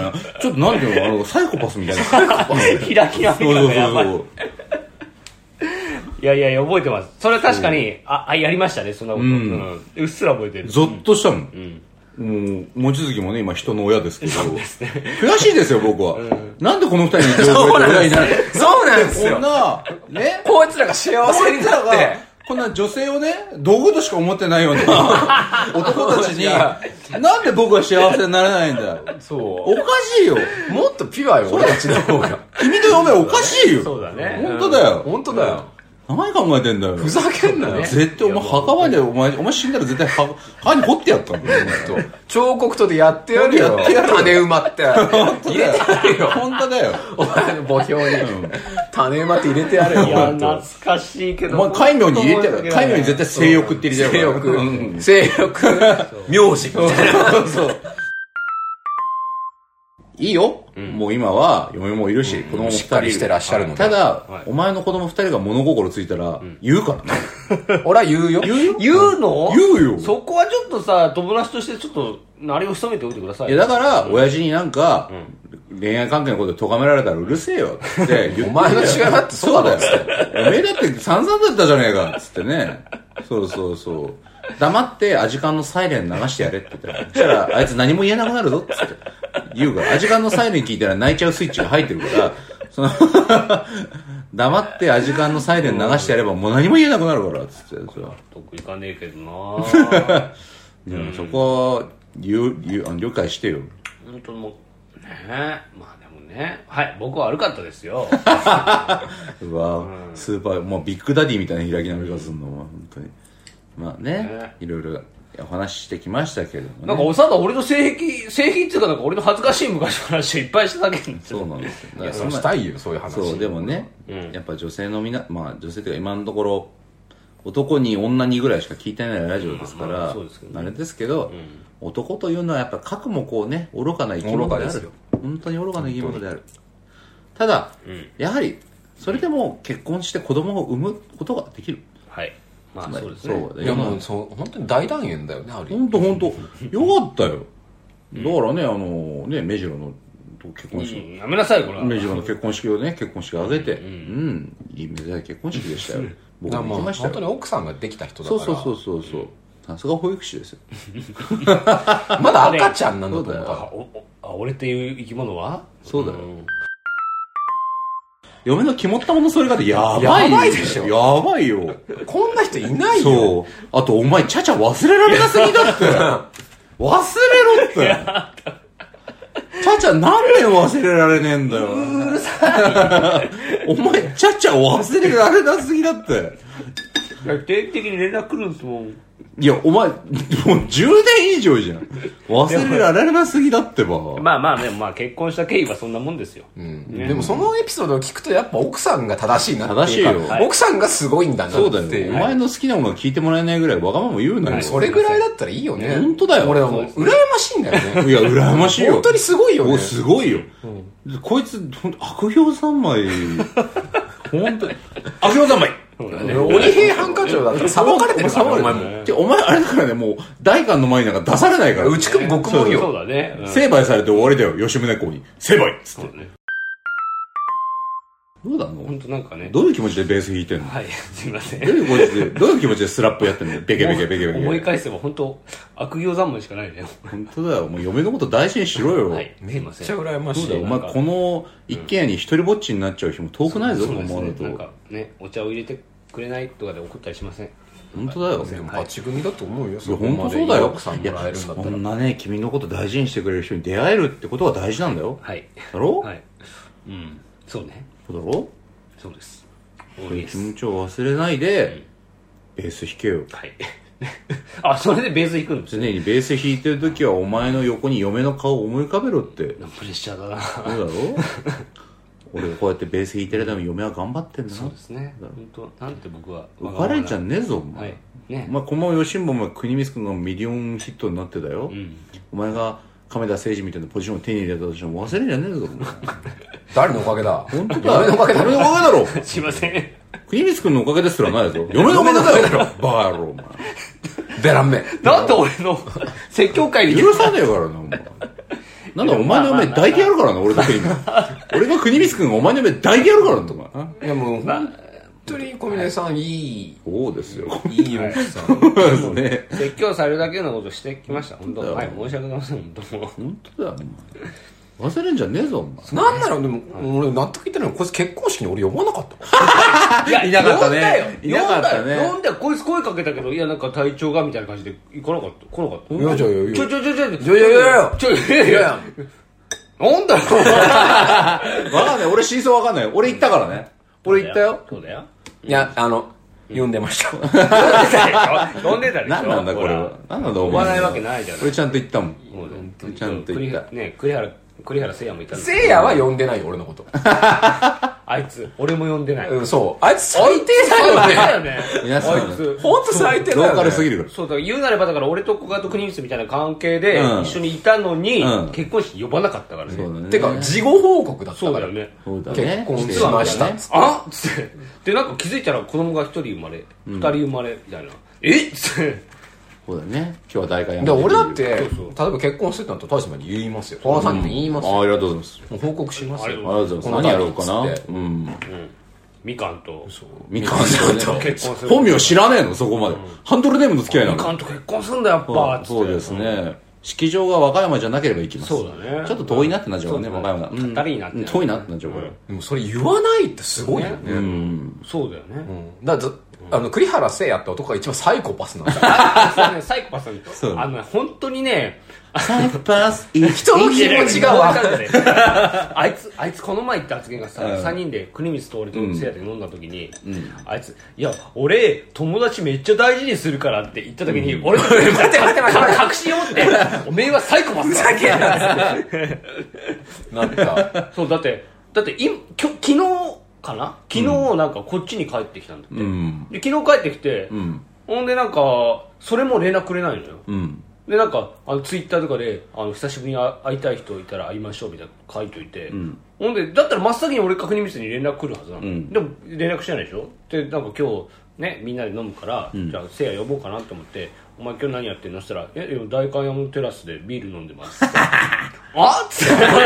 [SPEAKER 2] みたいな。ちょっとなんていうの、サイコパスみたいな。
[SPEAKER 1] 開き直りがやばい。いや、覚えてます。それ確かに、やりましたね、そんなこと。うっすら覚えてる。
[SPEAKER 2] ゾッとしたもん。望月もね、今人の親ですけど。
[SPEAKER 1] そうですね。
[SPEAKER 2] 悔しいですよ、僕は。なんでこの二人に情報が親になる。
[SPEAKER 3] そうなんですよ。
[SPEAKER 2] こんな、ね。
[SPEAKER 3] こいつらが幸せになって。
[SPEAKER 2] こんな女性をね、道具としか思ってないような男たちに、なんで僕は幸せになれないんだよ。
[SPEAKER 3] そう。
[SPEAKER 2] おかしいよ。
[SPEAKER 3] もっとピュアよ、俺たちの方が。
[SPEAKER 2] 君の嫁おかしいよ。
[SPEAKER 1] そうだね。
[SPEAKER 2] 本当だよ。
[SPEAKER 3] 本当だよ。
[SPEAKER 2] 何考えてんだよ。
[SPEAKER 3] ふざけんなよ。
[SPEAKER 2] 絶対お前墓場でお前死んだら絶対墓に掘ってやったんだよ。
[SPEAKER 3] 彫刻刀でやってやるよ。種馬って入れてやるよ。
[SPEAKER 2] 本当だよ。
[SPEAKER 3] お前の墓標に種馬って入れてやるよ。
[SPEAKER 1] いや懐かしいけど。
[SPEAKER 2] お前戒名に入れてやる。戒名に絶対性欲って入れてやる。
[SPEAKER 3] 性欲名字みたいな。そう。
[SPEAKER 2] いいよ、もう今は嫁もいるし、子供も
[SPEAKER 3] しっかりしてらっしゃるので。
[SPEAKER 2] ただ、お前の子供2人が物心ついたら言うからね。
[SPEAKER 3] 俺は言うよ。
[SPEAKER 1] 言うの？
[SPEAKER 2] 言うよ。
[SPEAKER 1] そこはちょっとさ、友達としてちょっとあれを潜めておいてください。
[SPEAKER 2] いやだから親父になんか恋愛関係のことで咎められたらうるせえよって言って。
[SPEAKER 3] お前の違いだってそうだよ。
[SPEAKER 2] おめえだって散々だったじゃねえかっつってね。そう。黙ってアジカンのサイレン流してやれって言ったら、そしたらあいつ何も言えなくなるぞっつって言うから、アジカンのサイレン聞いたら泣いちゃうスイッチが入ってるから、黙ってアジカンのサイレン流してやればもう何も言えなくなるからっつって。
[SPEAKER 1] 得いかねえけどな
[SPEAKER 2] でもそこは了解してよ。
[SPEAKER 1] 本当もうね、まあでもね、はい僕は悪かったですよ。
[SPEAKER 2] うわ、スーパーもうビッグダディみたいな開き直り方するのは本当に。まあね、いろいろお話ししてきましたけどもね。
[SPEAKER 1] なんかおさだ俺の性癖っていうかなんか俺の恥ずかしい昔の話をいっぱいしただけなんですよ。
[SPEAKER 2] そうなんですよ。
[SPEAKER 3] いや、そうしたいよ、そういう話。
[SPEAKER 2] そう、でもね、やっぱ女性のまあ女性っていうか今のところ、男に女にぐらいしか聞いてないラジオですから、あれですけど、男というのはやっぱ核もこうね、愚かな生き物である。本当に愚かな生き物である。ただ、やはり、それでも結婚して子供を産むことができる。
[SPEAKER 1] はい。まあそうですね。
[SPEAKER 3] いやもう本当に大団円だよね、あれ。
[SPEAKER 2] 本当よかったよ。だからね、目白の結婚式。
[SPEAKER 1] やめなさい、これは。
[SPEAKER 2] 目白の結婚式をね、結婚式を挙げて、いいめでたい結婚式でしたよ。僕も行きましたよ。
[SPEAKER 3] 本当に奥さんができた人だから。
[SPEAKER 2] そう。さすが保育士ですよ。
[SPEAKER 3] まだ赤ちゃんなんだと思った。
[SPEAKER 1] 俺っていう生き物は
[SPEAKER 2] そうだよ。嫁の肝っ玉のそれ方やばい
[SPEAKER 3] でしょ。
[SPEAKER 2] やばいよ。
[SPEAKER 3] こんな人いないよ。
[SPEAKER 2] そう。あとお前ちゃちゃ忘れられなすぎだって。忘れろって。ちゃちゃ何年忘れられねえんだよ。
[SPEAKER 1] うるさい。
[SPEAKER 2] お前ちゃちゃ忘れられなすぎだって。
[SPEAKER 1] 定期的に連絡来るんですもん。
[SPEAKER 2] いや、お前、もう10年以上じゃん。忘れられなすぎだってば。
[SPEAKER 1] まあね、結婚した経緯はそんなもんですよ。
[SPEAKER 3] でもそのエピソードを聞くとやっぱ奥さんが正しいなっていうか。
[SPEAKER 2] 正しいよ。
[SPEAKER 3] 奥さんがすごいんだなっていう。
[SPEAKER 2] そうだよ。お前の好きなものを聞いてもらえないぐらいわがまま言うなよ。
[SPEAKER 3] それぐらいだったらいいよね。
[SPEAKER 2] 本当だよ。
[SPEAKER 3] 俺はもう、羨ましいんだよね。
[SPEAKER 2] いや、羨ましいよ。
[SPEAKER 3] 本当にすごいよね。
[SPEAKER 2] すごいよ。こいつ、悪評三昧。本当に。悪評三昧。
[SPEAKER 3] 鬼平犯科長だったら裁かれてるから、お前も。
[SPEAKER 2] お前あれだからね、もう、代官の前になんか出されないから。
[SPEAKER 3] 打ち組む獄門よ。
[SPEAKER 1] そうだね。
[SPEAKER 2] 成敗されて終わりだよ、吉宗公に。成敗っつって。 そうなの？
[SPEAKER 1] 本当なんかね。
[SPEAKER 2] どういう気持ちでベース弾いてんの？
[SPEAKER 1] はい、すいません。
[SPEAKER 2] どういう気持ちでスラップやってんの？ベケベケベケベケ。
[SPEAKER 1] 思い返せば本当悪行三昧しかないね。
[SPEAKER 2] 本当だよ。もう嫁のこと大事にしろよ。
[SPEAKER 1] はい、
[SPEAKER 3] めっちゃ羨ましい。
[SPEAKER 2] そうだよ。お前この一軒家に一人ぼっちになっちゃう日も遠くないぞ、と思われると。
[SPEAKER 1] なんかね、お茶を入れてくれないとかで怒ったりしません。
[SPEAKER 2] 本当だよ。
[SPEAKER 3] でも勝ち組だと思うよ。
[SPEAKER 2] いや本当そうだよ。
[SPEAKER 3] いや、
[SPEAKER 2] そんなね、君のこと大事にしてくれる人に出会えるってことが大事なんだよ。
[SPEAKER 1] はい。
[SPEAKER 2] だろ？
[SPEAKER 1] はい。うん。そうね。
[SPEAKER 2] そうだろ？
[SPEAKER 1] そうです。
[SPEAKER 2] そういう気持ちを忘れないで、ベース弾けよ。
[SPEAKER 1] はい。あ、それでベース弾くんです
[SPEAKER 2] 常にベース弾いてるときはお前の横に嫁の顔を思い浮かべろって。
[SPEAKER 1] プレッシャーだな。
[SPEAKER 2] そうだろ？俺がこうやってベース弾いてるために嫁は頑張ってんだな。
[SPEAKER 1] そうですね。本当なんて僕は。
[SPEAKER 2] 浮かれんじゃねえぞ、お前。
[SPEAKER 1] はい。ね。
[SPEAKER 2] お前、この吉本も国光君がミリオンヒットになってたよ。お前が亀田誠治みたいなポジションを手に入れたとしても忘れんじゃねえぞ、お前。
[SPEAKER 3] 誰のおかげだ？
[SPEAKER 2] 本当だ。嫁のおかげだろ。
[SPEAKER 1] すいません。
[SPEAKER 2] 国光君のおかげですらないぞ。嫁のおかげだよ。バカ野郎、お前。
[SPEAKER 3] ベランメ。
[SPEAKER 1] なんで俺の説教会に
[SPEAKER 2] 許さねえからな、お前。なんだお前の嫁抱いてやるからな、俺が国光。俺が国光君がお前の嫁抱いてやるからな、お前。
[SPEAKER 3] いやもう、本当に小峰さん、いい。
[SPEAKER 2] そうですよ。
[SPEAKER 3] いい奥さん。
[SPEAKER 2] そうですね。
[SPEAKER 1] 説教されるだけのことしてきました。本当はい、申し訳ございません。本当もう。
[SPEAKER 2] 本当だよ、お前。忘れんじゃねえぞ、お前。
[SPEAKER 3] なんなら、でも、俺納得いってないのこいつ結婚式に俺呼ばなかった。
[SPEAKER 1] いや、
[SPEAKER 2] いなかったね。
[SPEAKER 1] いなかった
[SPEAKER 2] ね。
[SPEAKER 1] 呼んだよ。こいつ声かけたけど、いや、なんか体調がみたいな感じで行かなかった。来なかった。
[SPEAKER 3] いや、じゃあ、
[SPEAKER 1] いや、なんだろ。
[SPEAKER 2] わかんない。俺真相わかんない。俺行ったからね。俺行ったよ。
[SPEAKER 1] そうだよ。
[SPEAKER 3] いや、呼んでました。
[SPEAKER 1] 呼んでたでしょ。
[SPEAKER 2] 何なんだこれは。何なんだお前。
[SPEAKER 1] 呼ばないわけないじゃない。
[SPEAKER 2] 俺ちゃんと行ったもん。ちゃんと行った。
[SPEAKER 1] ね、栗原聖也もいたんだ。
[SPEAKER 3] 聖也は呼んでないよ、俺のこと。
[SPEAKER 1] あいつ、俺も呼んでない。
[SPEAKER 3] うん、そう。あいつ最低だよね。
[SPEAKER 2] 皆さん、
[SPEAKER 1] あいつ、
[SPEAKER 3] ほんと最低だよね。
[SPEAKER 2] ローカルすぎるから。
[SPEAKER 1] そうだ、言うなればだから俺と小川と国光みたいな関係で一緒にいたのに、結婚式呼ばなかったからね。
[SPEAKER 2] そうだね。
[SPEAKER 3] てか、事後報告だったから。
[SPEAKER 1] そうだよね。
[SPEAKER 2] そうだね。
[SPEAKER 3] 結婚しました。
[SPEAKER 1] あっつって。で、なんか気づいたら子供が1人生まれ、2人生まれ、みたいな。えっつって。
[SPEAKER 2] そうだね。今日は大会や
[SPEAKER 3] で、俺だって、例えば結婚してたのと大島に言いますよ。戸田さんにも言いますよ。
[SPEAKER 2] ありがとうございます。
[SPEAKER 3] 報告しますよ。
[SPEAKER 2] ありがとうございます。何やろうかな。うん。
[SPEAKER 1] みかんと。
[SPEAKER 2] みかんと
[SPEAKER 1] 結婚する。
[SPEAKER 2] 本名知らねえの、そこまで。ハンドルネームの付き合いなの。
[SPEAKER 1] みかんと結婚するんだやっぱ。
[SPEAKER 2] そうですね。式場が和歌山じゃなければ行きます。
[SPEAKER 1] そうだね。
[SPEAKER 2] ちょっと遠いなってなっちゃうからね、和歌山。
[SPEAKER 1] 語りになって。
[SPEAKER 2] 遠いなってなっちゃうから。
[SPEAKER 3] でもそれ言わないってすごいよね。
[SPEAKER 1] そうだよね。
[SPEAKER 3] だから栗原聖也って男が一番サイコパスなんだよ。
[SPEAKER 1] サイコパスに本当にね、
[SPEAKER 2] サイコパス、
[SPEAKER 3] 人の気持ちが分かる。
[SPEAKER 1] あいつこの前言った発言がさ、3人で国光と俺と聖也で飲んだ時に、あいつ、いや、俺、友達めっちゃ大事にするからって言った時に、俺と国光確信を持って、おめえはサイコパスだってなった。そう、だって、昨日、かな昨日なんかこっちに帰ってきたんだって、で昨日帰ってきて、ほんでなんかそれも連絡くれないのよ、でなんかツイッターとかで久しぶりに会いたい人いたら会いましょうみたいな書いといて、ほんでだったら真っ先に俺確認密に連絡来るはずなの、でも連絡してないでしょ。でなんか今日ねみんなで飲むから、じゃあせいや呼ぼうかなと思って、お前今日何やってんのしたら、代官山のテラスでビール飲んでますあっつ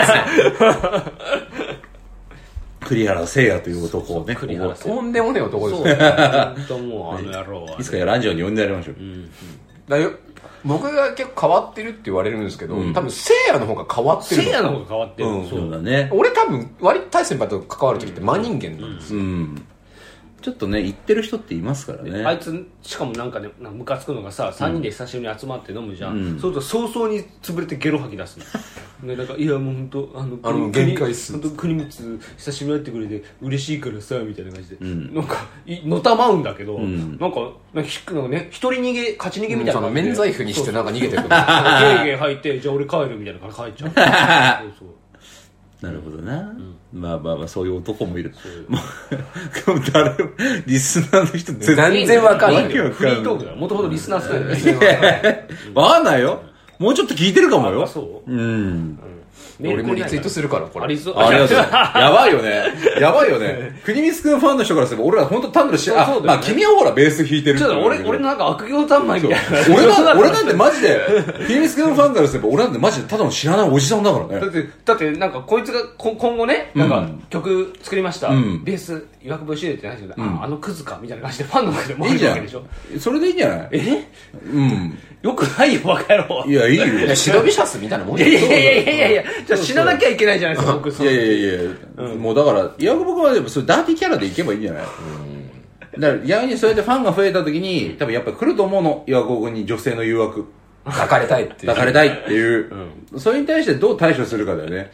[SPEAKER 1] って
[SPEAKER 3] 栗原聖也という男をね、とんでもねえ男ですよ。
[SPEAKER 1] 本当もう野郎は、
[SPEAKER 2] いつかラジオに呼んでやりましょう。
[SPEAKER 3] 僕が結構変わってるって言われるんですけど、多分聖也の方が変わってる。
[SPEAKER 1] 聖也の方が変わってる。
[SPEAKER 2] そうだね。
[SPEAKER 3] 俺多分割と大先輩と関わる時って真人間なんですよ。
[SPEAKER 2] ちょっとね、言ってる人っていますからね。
[SPEAKER 1] あいつ、しかもなんかね、ムカつくのがさ、3人で久しぶりに集まって飲むじゃん。そうすると早々に潰れてゲロ吐き出すの。で、なんか、いやもう本当
[SPEAKER 3] 限界っす。
[SPEAKER 1] 本当国光久しぶりに会ってくれて嬉しいからさ、みたいな感じで。なんか、のたまうんだけど、なんかね、一人逃げ、勝ち逃げみたいな感じで。
[SPEAKER 3] 免罪符にしてなんか逃げてる。
[SPEAKER 1] ゲーゲー吐いて、じゃあ俺帰るみたいな感じで帰っちゃう。そう。
[SPEAKER 2] なるほどな、まあまあまあそういう男もいる。もう誰もリスナーの人
[SPEAKER 3] 全然わかんない。
[SPEAKER 1] フリートークだよ。もともとリスナー少ない。
[SPEAKER 2] わかんないよ。もうちょっと聞いてるかもよ。
[SPEAKER 1] そう。
[SPEAKER 3] 俺もリツイートするからこれ。
[SPEAKER 1] ありそう。
[SPEAKER 2] ありがとうございます。やばいよね。やばいよね。国光くんファンの人からすれば、俺ら本当単なるまあ君はほらベース弾いてる。
[SPEAKER 1] ちょっと俺のなんか悪行三昧みたいな。
[SPEAKER 2] 俺なんてマジで、国光くんファンからすれば、俺なんてマジでただの知らないおじさんだからね。
[SPEAKER 1] だってなんかこいつが今後ね、なんか曲作りました。ベース、岩久保秀ってないですけど、あのクズかみたいな感じでファンの中でもあるわけでしょ。
[SPEAKER 2] それでいいんじゃない？
[SPEAKER 1] よくないよ、バカ野郎。
[SPEAKER 2] いや、いいよ。
[SPEAKER 3] シドビシャスみたいなもん。
[SPEAKER 1] いや、じゃあ死ななきゃいけないじゃないですか、僕。
[SPEAKER 2] いや、もうだから、岩久保君はでもそれダーティーキャラでいけばいいんじゃない？だから逆にそれでファンが増えた時に、多分やっぱ来ると思うの、岩久保君に女性の誘惑。
[SPEAKER 3] 抱かれたいっていう。
[SPEAKER 2] 抱かれたいっていう。それに対してどう対処するかだよね。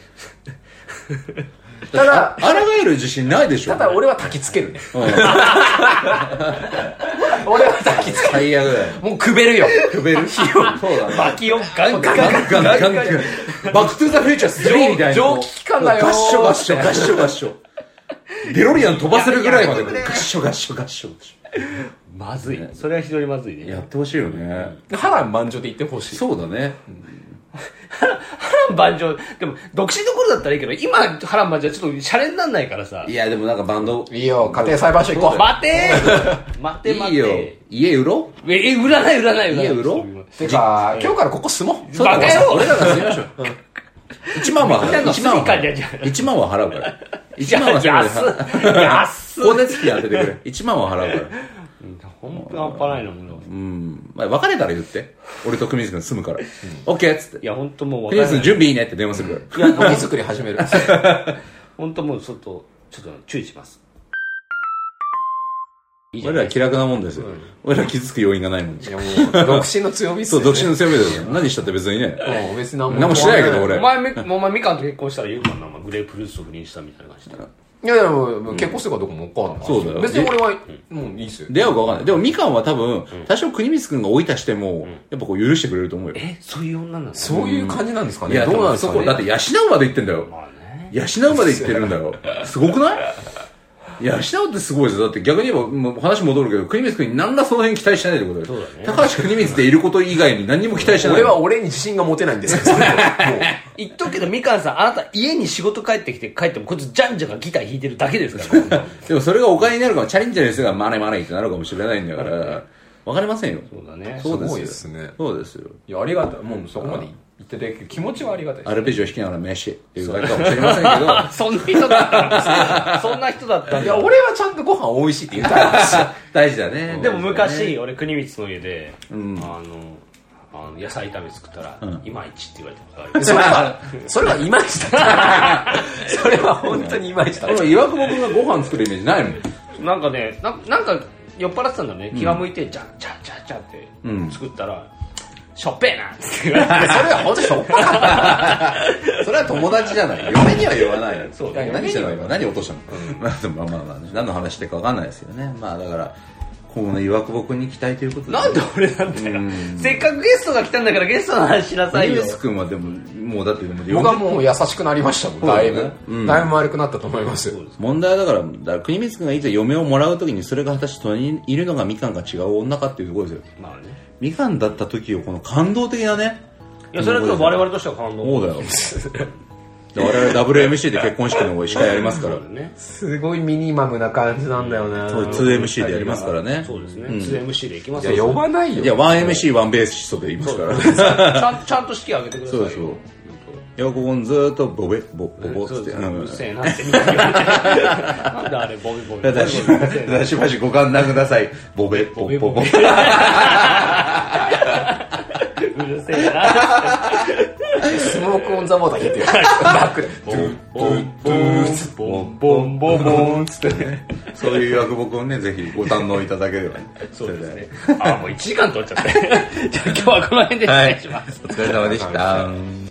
[SPEAKER 3] ただ、
[SPEAKER 2] 抗える自信ないでしょ。
[SPEAKER 3] ただ俺は焚きつけるね。俺は焚きつける。
[SPEAKER 2] 最悪だよ。
[SPEAKER 3] もうくべるよ。
[SPEAKER 2] くべる。そうだね。
[SPEAKER 1] バキをガンガン
[SPEAKER 2] バックトゥザフューチャー3みたいな。
[SPEAKER 3] 蒸気機関だよ。
[SPEAKER 2] ガッショ。デロリアン飛ばせるぐらいまでガッショ。
[SPEAKER 1] まずい。それは非常にまずいね。
[SPEAKER 2] やってほしいよね。
[SPEAKER 3] 波乱万丈で言ってほしい。
[SPEAKER 2] そうだね。
[SPEAKER 1] 波乱万丈。でも、独身の頃だったらいいけど、今、波乱万丈はちょっとシャレになんないからさ。
[SPEAKER 2] いや、でもなんかバンド。
[SPEAKER 3] いいよ、家庭裁判所行こう。
[SPEAKER 1] 待て
[SPEAKER 2] いいよ。家売ろう？
[SPEAKER 1] 売らない。
[SPEAKER 2] 家売ろう？
[SPEAKER 3] てか、今日からここ住もう。
[SPEAKER 1] バカ野郎！
[SPEAKER 2] 俺らが住みましょう。1万は払うから。1万は
[SPEAKER 1] 安っ。
[SPEAKER 2] 光熱費当ててくれ。1万は払うから。
[SPEAKER 1] 本当に半端ないの。
[SPEAKER 2] まあ別れたら言って。俺と国光君住むから。オッケーっつって。
[SPEAKER 1] いや、本当もう
[SPEAKER 2] 国光君準備いいねって電話するから。
[SPEAKER 3] いや、飲み作り始める。
[SPEAKER 1] 本当もうちょっと注意します。
[SPEAKER 2] 俺ら気楽なもんですよ。俺ら傷つく要因がないもん。
[SPEAKER 3] いやもう、独身の強みっす
[SPEAKER 2] そう、
[SPEAKER 3] よね。
[SPEAKER 2] 独身の強みだよ。何したって別にね。
[SPEAKER 3] 別に
[SPEAKER 2] 何もしてないけど俺。
[SPEAKER 1] お前みかんと結婚したら言うかな、グレープフルーツと不倫したみたいな感じで。
[SPEAKER 3] いやもう結婚するかどうかも分かんない。
[SPEAKER 2] そうだよ。
[SPEAKER 3] 別に俺は、もういいっすよ。
[SPEAKER 2] 出会うか分かんない。でもみかんは多分、多少国光君が追い足しても、やっぱこう許してくれると思うよ。
[SPEAKER 1] そういう女なの？
[SPEAKER 3] そういう感じなんですかね。
[SPEAKER 2] いや、どうなんですかね。だって養うまで言ってんだよ。養うまで言ってるんだよ。すごくない？養うってすごいですよ。だって逆に言えば、もう話戻るけど、国光君に何らその辺期待してないってことだよ。そうだね。高橋国光でいること以外に何にも期待してない。
[SPEAKER 3] 俺は俺に自信が持てないんですよ。
[SPEAKER 1] 言っとくけど、みかんさん、あなた家に仕事帰っても、こいつじゃんじゃがギター弾いてるだけですから。
[SPEAKER 2] でもそれがお金になるかも、チャレンジャーですが、マネーってなるかもしれないんだから、わかりませんよ。
[SPEAKER 1] そうだね。
[SPEAKER 2] そうですよ。
[SPEAKER 3] すごいですね。
[SPEAKER 2] そうですよ。
[SPEAKER 3] いや、ありがたい。もうそこまで言ってて、気持ちはありがたいです。
[SPEAKER 2] アルペジオ弾きながら飯っていうだけかもしれませんけど。
[SPEAKER 1] そんな人だったんですそんな人だったんだ。
[SPEAKER 3] いや、俺はちゃんとご飯美味しいって言ったんですよ。
[SPEAKER 2] 大事だね。
[SPEAKER 1] でも昔、俺、国光の家で、野菜炒め作ったら、いまいちって言われたことある。
[SPEAKER 3] それはいまいちだった。それは本当にいまいちだった。
[SPEAKER 2] 岩久保君がご飯作るイメージないもん。
[SPEAKER 1] なんかね、なんか酔っ払ってたんだね。気が向いて、じゃって作ったら、しょっぺーなって言われて。
[SPEAKER 3] それは本当にしょっぱかった。
[SPEAKER 2] それは友達じゃない。嫁には言わないよ。
[SPEAKER 1] そう。
[SPEAKER 2] 何してんの今？何落としたの？まあ、何の話してるか分かんないですよね。まあだから、今後の岩久保君に期待ということで。
[SPEAKER 1] なんで俺なんだよ。せっかくゲストが来たんだからゲストの話しなさいよ。
[SPEAKER 2] ユース君はでも、もうだって
[SPEAKER 3] 僕はもう優しくなりましたもん、だいぶ。だいぶ丸くなったと思いますよ。
[SPEAKER 2] 問題はだから、国光君がいざ嫁をもらうときにそれが果たして隣にいるのがみかんが違う女かっていうところですよ。まあね。みかんだった時をこの感動的なね。
[SPEAKER 1] いや、それだと我々としては感動。
[SPEAKER 2] そうだよ。我々 WMC で結婚式の司会やりますから。
[SPEAKER 3] すごいミニマムな感じなんだよね。
[SPEAKER 2] 2MC でやりますからね。
[SPEAKER 1] そうですね。2MC で行きますよ。
[SPEAKER 3] いや、呼ばないよ。
[SPEAKER 2] いや、1MC、1ベースシストで言いますから。
[SPEAKER 1] ちゃんと式挙げてください。
[SPEAKER 2] そうそう。いや、ここずっとボベって。
[SPEAKER 1] うっせえなって。なんであれ、ボベボベ。
[SPEAKER 2] だしばしご勘弁ください。ボベ。うる
[SPEAKER 1] せえな。
[SPEAKER 3] スモークオンザボーダー弾いてる。バックで。
[SPEAKER 1] ボンボンつってね。
[SPEAKER 2] そういう岩久保君ね、ぜひご堪能いただければ。
[SPEAKER 1] そうですね。もう1時間取っちゃって。じゃあ今日はこの辺で失礼します。
[SPEAKER 2] お疲れ様でした。